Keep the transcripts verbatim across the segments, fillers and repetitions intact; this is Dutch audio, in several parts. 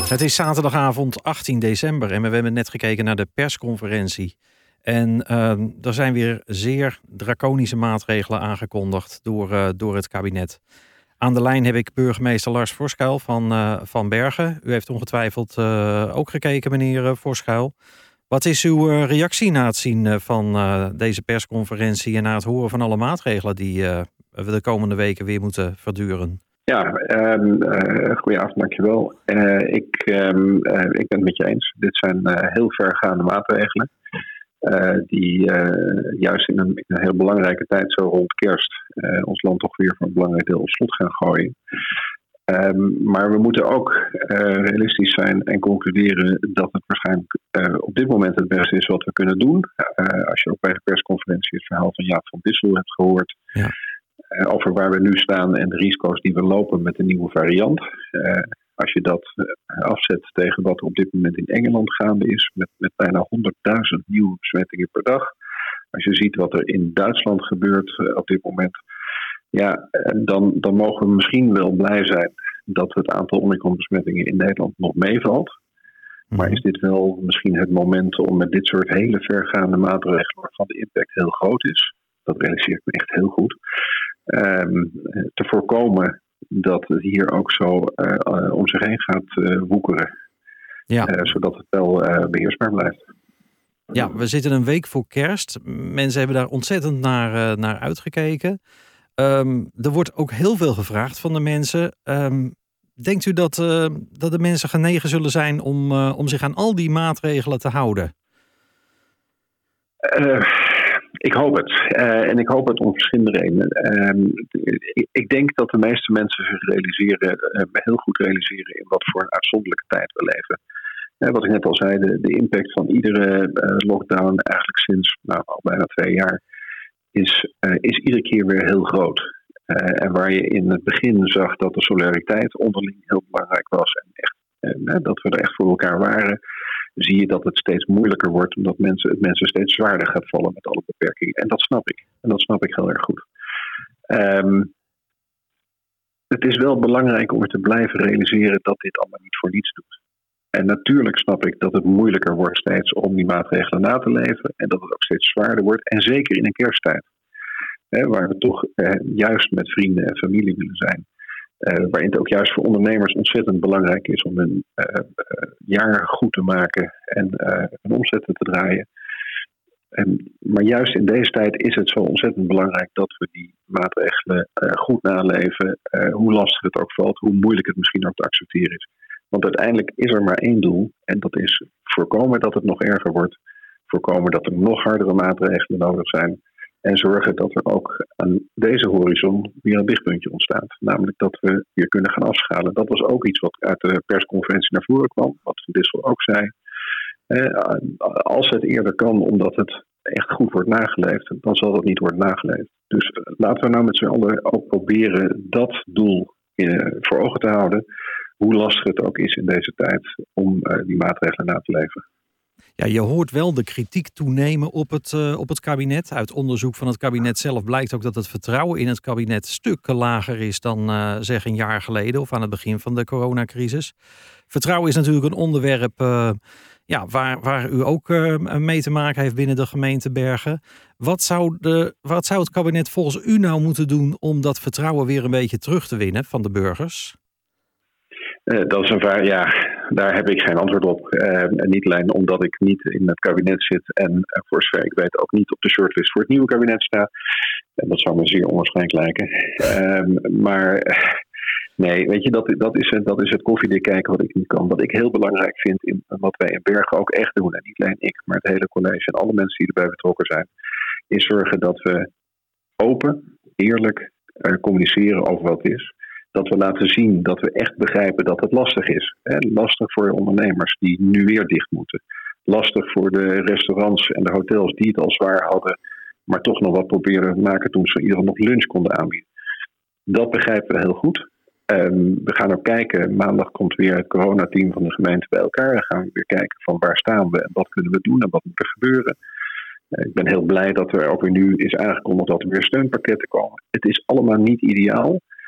Het is zaterdagavond achttien december en we hebben net gekeken naar de persconferentie. En uh, er zijn weer zeer draconische maatregelen aangekondigd door, uh, door het kabinet. Aan de lijn heb ik burgemeester Lars Voorschuil van, uh, van Bergen. U heeft ongetwijfeld uh, ook gekeken, meneer uh, Voorschuil. Wat is uw uh, reactie na het zien uh, van uh, deze persconferentie en na het horen van alle maatregelen die uh, we de komende weken weer moeten verduren? Ja, um, uh, goedenavond, dankjewel. Uh, ik, um, uh, ik ben het met je eens. Dit zijn uh, heel vergaande maatregelen. Uh, die uh, juist in een, in een heel belangrijke tijd, zo rond kerst, uh, ons land toch weer voor een belangrijk deel op slot gaan gooien. Um, maar we moeten ook uh, realistisch zijn en concluderen dat het waarschijnlijk uh, op dit moment het beste is wat we kunnen doen. Uh, als je ook bij de persconferentie het verhaal van Jaap van Dissel hebt gehoord. Ja. Uh, over waar we nu staan en de risico's die we lopen met de nieuwe variant. Uh, als je dat uh, afzet tegen wat er op dit moment in Engeland gaande is, met, met bijna honderdduizend nieuwe besmettingen per dag. Als je ziet wat er in Duitsland gebeurt uh, op dit moment, ja, uh, dan, dan mogen we misschien wel blij zijn dat het aantal Omicron-besmettingen in Nederland nog meevalt. Mm-hmm. Maar is dit wel misschien het moment om met dit soort hele vergaande maatregelen, waarvan de impact heel groot is, dat realiseer ik me echt heel goed, Um, te voorkomen dat het hier ook zo uh, uh, om zich heen gaat uh, woekeren. Ja. Uh, zodat het wel uh, beheersbaar blijft. Ja, we zitten een week voor kerst. Mensen hebben daar ontzettend naar, uh, naar uitgekeken. Um, er wordt ook heel veel gevraagd van de mensen. Um, denkt u dat, uh, dat de mensen genegen zullen zijn om, uh, om zich aan al die maatregelen te houden? Uh, Ik hoop het. Uh, en ik hoop het om verschillende redenen. Uh, ik, ik denk dat de meeste mensen zich realiseren, uh, heel goed realiseren in wat voor een uitzonderlijke tijd we leven. Uh, wat ik net al zei, de, de impact van iedere uh, lockdown, eigenlijk sinds nou, al bijna twee jaar, is, uh, is iedere keer weer heel groot. Uh, en waar je in het begin zag dat de solidariteit onderling heel belangrijk was en echt, uh, dat we er echt voor elkaar waren, zie je dat het steeds moeilijker wordt, omdat mensen, het mensen steeds zwaarder gaat vallen met alle beperkingen. En dat snap ik. En dat snap ik heel erg goed. Um, het is wel belangrijk om er te blijven realiseren dat dit allemaal niet voor niets doet. En natuurlijk snap ik dat het moeilijker wordt steeds om die maatregelen na te leven. En dat het ook steeds zwaarder wordt. En zeker in een kersttijd. Hè, waar we toch eh, juist met vrienden en familie willen zijn. Uh, waarin het ook juist voor ondernemers ontzettend belangrijk is om hun uh, uh, jaar goed te maken en uh, hun omzetten te draaien. En, maar juist in deze tijd is het zo ontzettend belangrijk dat we die maatregelen uh, goed naleven. Uh, hoe lastig het ook valt, hoe moeilijk het misschien ook te accepteren is. Want uiteindelijk is er maar één doel en dat is voorkomen dat het nog erger wordt. Voorkomen dat er nog hardere maatregelen nodig zijn. En zorgen dat er ook aan deze horizon weer een lichtpuntje ontstaat. Namelijk dat we weer kunnen gaan afschalen. Dat was ook iets wat uit de persconferentie naar voren kwam. Wat Van Dissel ook zei. Eh, als het eerder kan, omdat het echt goed wordt nageleefd, dan zal dat niet worden nageleefd. Dus uh, laten we nou met z'n allen ook proberen dat doel uh, voor ogen te houden. Hoe lastig het ook is in deze tijd om uh, die maatregelen na te leven. Ja, je hoort wel de kritiek toenemen op het, uh, op het kabinet. Uit onderzoek van het kabinet zelf blijkt ook dat het vertrouwen in het kabinet stukken lager is dan uh, zeg een jaar geleden of aan het begin van de coronacrisis. Vertrouwen is natuurlijk een onderwerp uh, ja, waar, waar u ook uh, mee te maken heeft binnen de gemeente Bergen. Wat zou, de, wat zou het kabinet volgens u nou moeten doen om dat vertrouwen weer een beetje terug te winnen van de burgers? Uh, dat is een vraag, ja, daar heb ik geen antwoord op. Uh, en niet alleen omdat ik niet in het kabinet zit en uh, voor zover ik weet ook niet op de shortlist voor het nieuwe kabinet sta. En dat zou me zeer onwaarschijnlijk lijken. Uh, maar nee, weet je, dat, dat, is, dat is het koffiedik kijken wat ik niet kan. Wat ik heel belangrijk vind in wat wij in Bergen ook echt doen, en niet alleen ik, maar het hele college en alle mensen die erbij betrokken zijn, is zorgen dat we open, eerlijk uh, communiceren over wat het is. Dat we laten zien dat we echt begrijpen dat het lastig is. Hè? Lastig voor ondernemers die nu weer dicht moeten. Lastig voor de restaurants en de hotels die het al zwaar hadden, maar toch nog wat proberen te maken toen ze in ieder geval nog lunch konden aanbieden. Dat begrijpen we heel goed. Um, we gaan ook kijken, maandag komt weer het coronateam van de gemeente bij elkaar. Dan gaan we weer kijken van waar staan we en wat kunnen we doen en wat moet er gebeuren. Uh, ik ben heel blij dat er ook weer nu is aangekondigd dat er weer steunpakketten komen. Het is allemaal niet ideaal.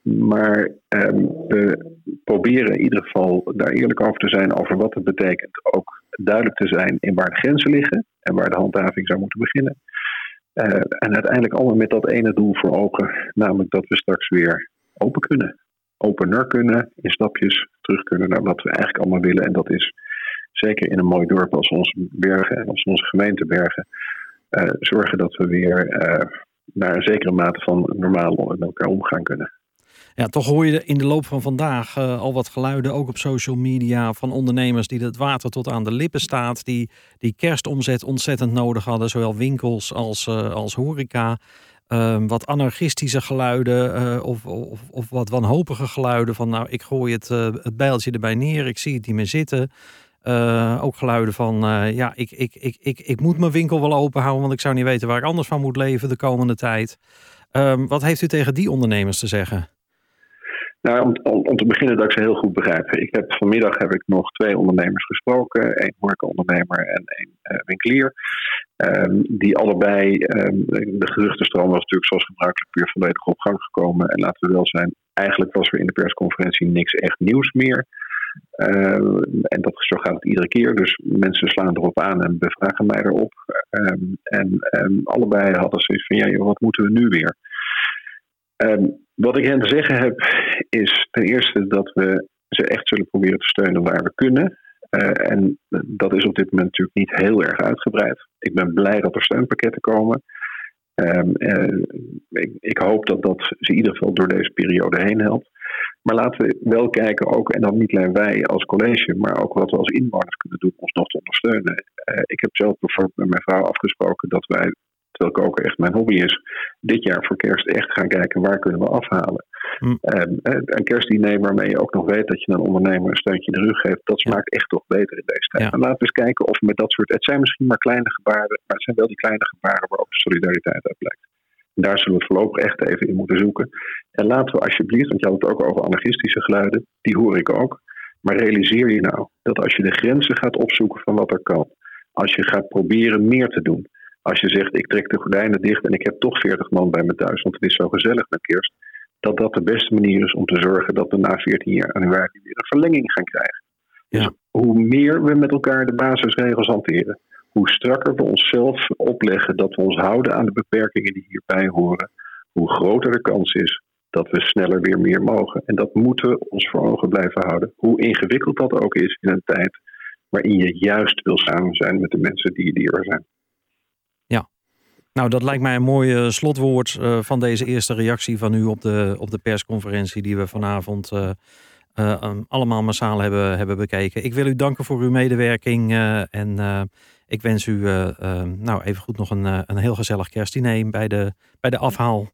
Maar um, we proberen in ieder geval daar eerlijk over te zijn over wat het betekent. Ook duidelijk te zijn in waar de grenzen liggen en waar de handhaving zou moeten beginnen. Uh, en uiteindelijk allemaal met dat ene doel voor ogen, namelijk dat we straks weer open kunnen. Opener kunnen, in stapjes terug kunnen naar wat we eigenlijk allemaal willen. En dat is zeker in een mooi dorp als onze Bergen en als onze gemeente Bergen. Uh, zorgen dat we weer uh, naar een zekere mate van normaal met elkaar omgaan kunnen. Ja, toch hoor je in de loop van vandaag uh, al wat geluiden, ook op social media, van ondernemers die het water tot aan de lippen staat, die, die kerstomzet ontzettend nodig hadden, zowel winkels als, uh, als horeca. Uh, wat anarchistische geluiden uh, of, of, of wat wanhopige geluiden van nou, ik gooi het, uh, het bijltje erbij neer, ik zie het niet meer zitten. Uh, ook geluiden van uh, ja, ik, ik, ik, ik, ik moet mijn winkel wel open houden, want ik zou niet weten waar ik anders van moet leven de komende tijd. Uh, wat heeft u tegen die ondernemers te zeggen? Nou, om, om, om te beginnen dat ik ze heel goed begrijp. Ik heb, vanmiddag heb ik nog twee ondernemers gesproken. Één horecaondernemer en één uh, winkelier. Um, die allebei, um, de geruchtenstroom was natuurlijk zoals gebruikelijk weer volledig op gang gekomen. En laten we wel zijn, eigenlijk was er in de persconferentie niks echt nieuws meer. Uh, en dat, zo gaat het iedere keer. Dus mensen slaan erop aan en bevragen mij erop. Um, en um, allebei hadden zoiets van, ja joh, wat moeten we nu weer? Um, wat ik hen te zeggen heb, is ten eerste dat we ze echt zullen proberen te steunen waar we kunnen. Uh, en dat is op dit moment natuurlijk niet heel erg uitgebreid. Ik ben blij dat er steunpakketten komen. Um, uh, ik, ik hoop dat dat ze in ieder geval door deze periode heen helpt. Maar laten we wel kijken ook, en dan niet alleen wij als college, maar ook wat we als inwoners kunnen doen om ons nog te ondersteunen. Uh, ik heb zelf bijvoorbeeld met mijn vrouw afgesproken dat wij, terwijl koken echt mijn hobby is, dit jaar voor kerst echt gaan kijken waar kunnen we afhalen. Mm. Um, een kerstdiner waarmee je ook nog weet dat je een ondernemer een steuntje in de rug geeft, dat smaakt ja. echt toch beter in deze tijd. Ja. En laten we eens kijken of we met dat soort, het zijn misschien maar kleine gebaren, maar het zijn wel die kleine gebaren waar ook de solidariteit uit blijkt. En daar zullen we voorlopig echt even in moeten zoeken. En laten we alsjeblieft, want je had het ook over anarchistische geluiden, die hoor ik ook. Maar realiseer je nou dat als je de grenzen gaat opzoeken van wat er kan, als je gaat proberen meer te doen, als je zegt ik trek de gordijnen dicht en ik heb toch veertig man bij me thuis, want het is zo gezellig met kerst, dat dat de beste manier is om te zorgen dat we na veertien januari weer een verlenging gaan krijgen. Ja. Dus hoe meer we met elkaar de basisregels hanteren, hoe strakker we onszelf opleggen dat we ons houden aan de beperkingen die hierbij horen, hoe groter de kans is dat we sneller weer meer mogen. En dat moeten we ons voor ogen blijven houden. Hoe ingewikkeld dat ook is in een tijd waarin je juist wil samen zijn met de mensen die je dierbaar zijn. Ja, nou dat lijkt mij een mooi uh, slotwoord uh, van deze eerste reactie van u op de, op de persconferentie die we vanavond uh, uh, um, allemaal massaal hebben, hebben bekeken. Ik wil u danken voor uw medewerking uh, en uh, ik wens u uh, uh, nou even goed nog een, uh, een heel gezellig kerstdiner bij de, bij de afhaal.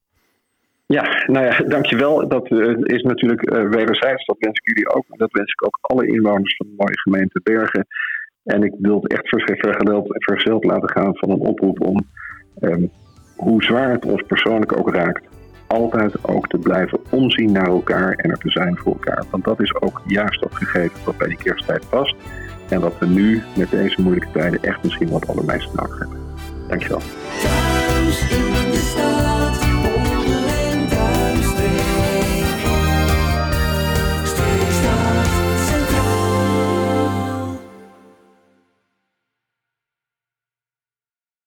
Ja, nou ja, dankjewel. Dat uh, is natuurlijk uh, wederzijds. Dat wens ik jullie ook. Dat wens ik ook alle inwoners van de mooie gemeente Bergen. En ik wil het echt verzeld laten gaan van een oproep om, um, hoe zwaar het ons persoonlijk ook raakt, altijd ook te blijven omzien naar elkaar en er te zijn voor elkaar. Want dat is ook juist dat gegeven wat bij die kersttijd past. En wat we nu met deze moeilijke tijden echt misschien wat allermeest nodig hebben. Dankjewel.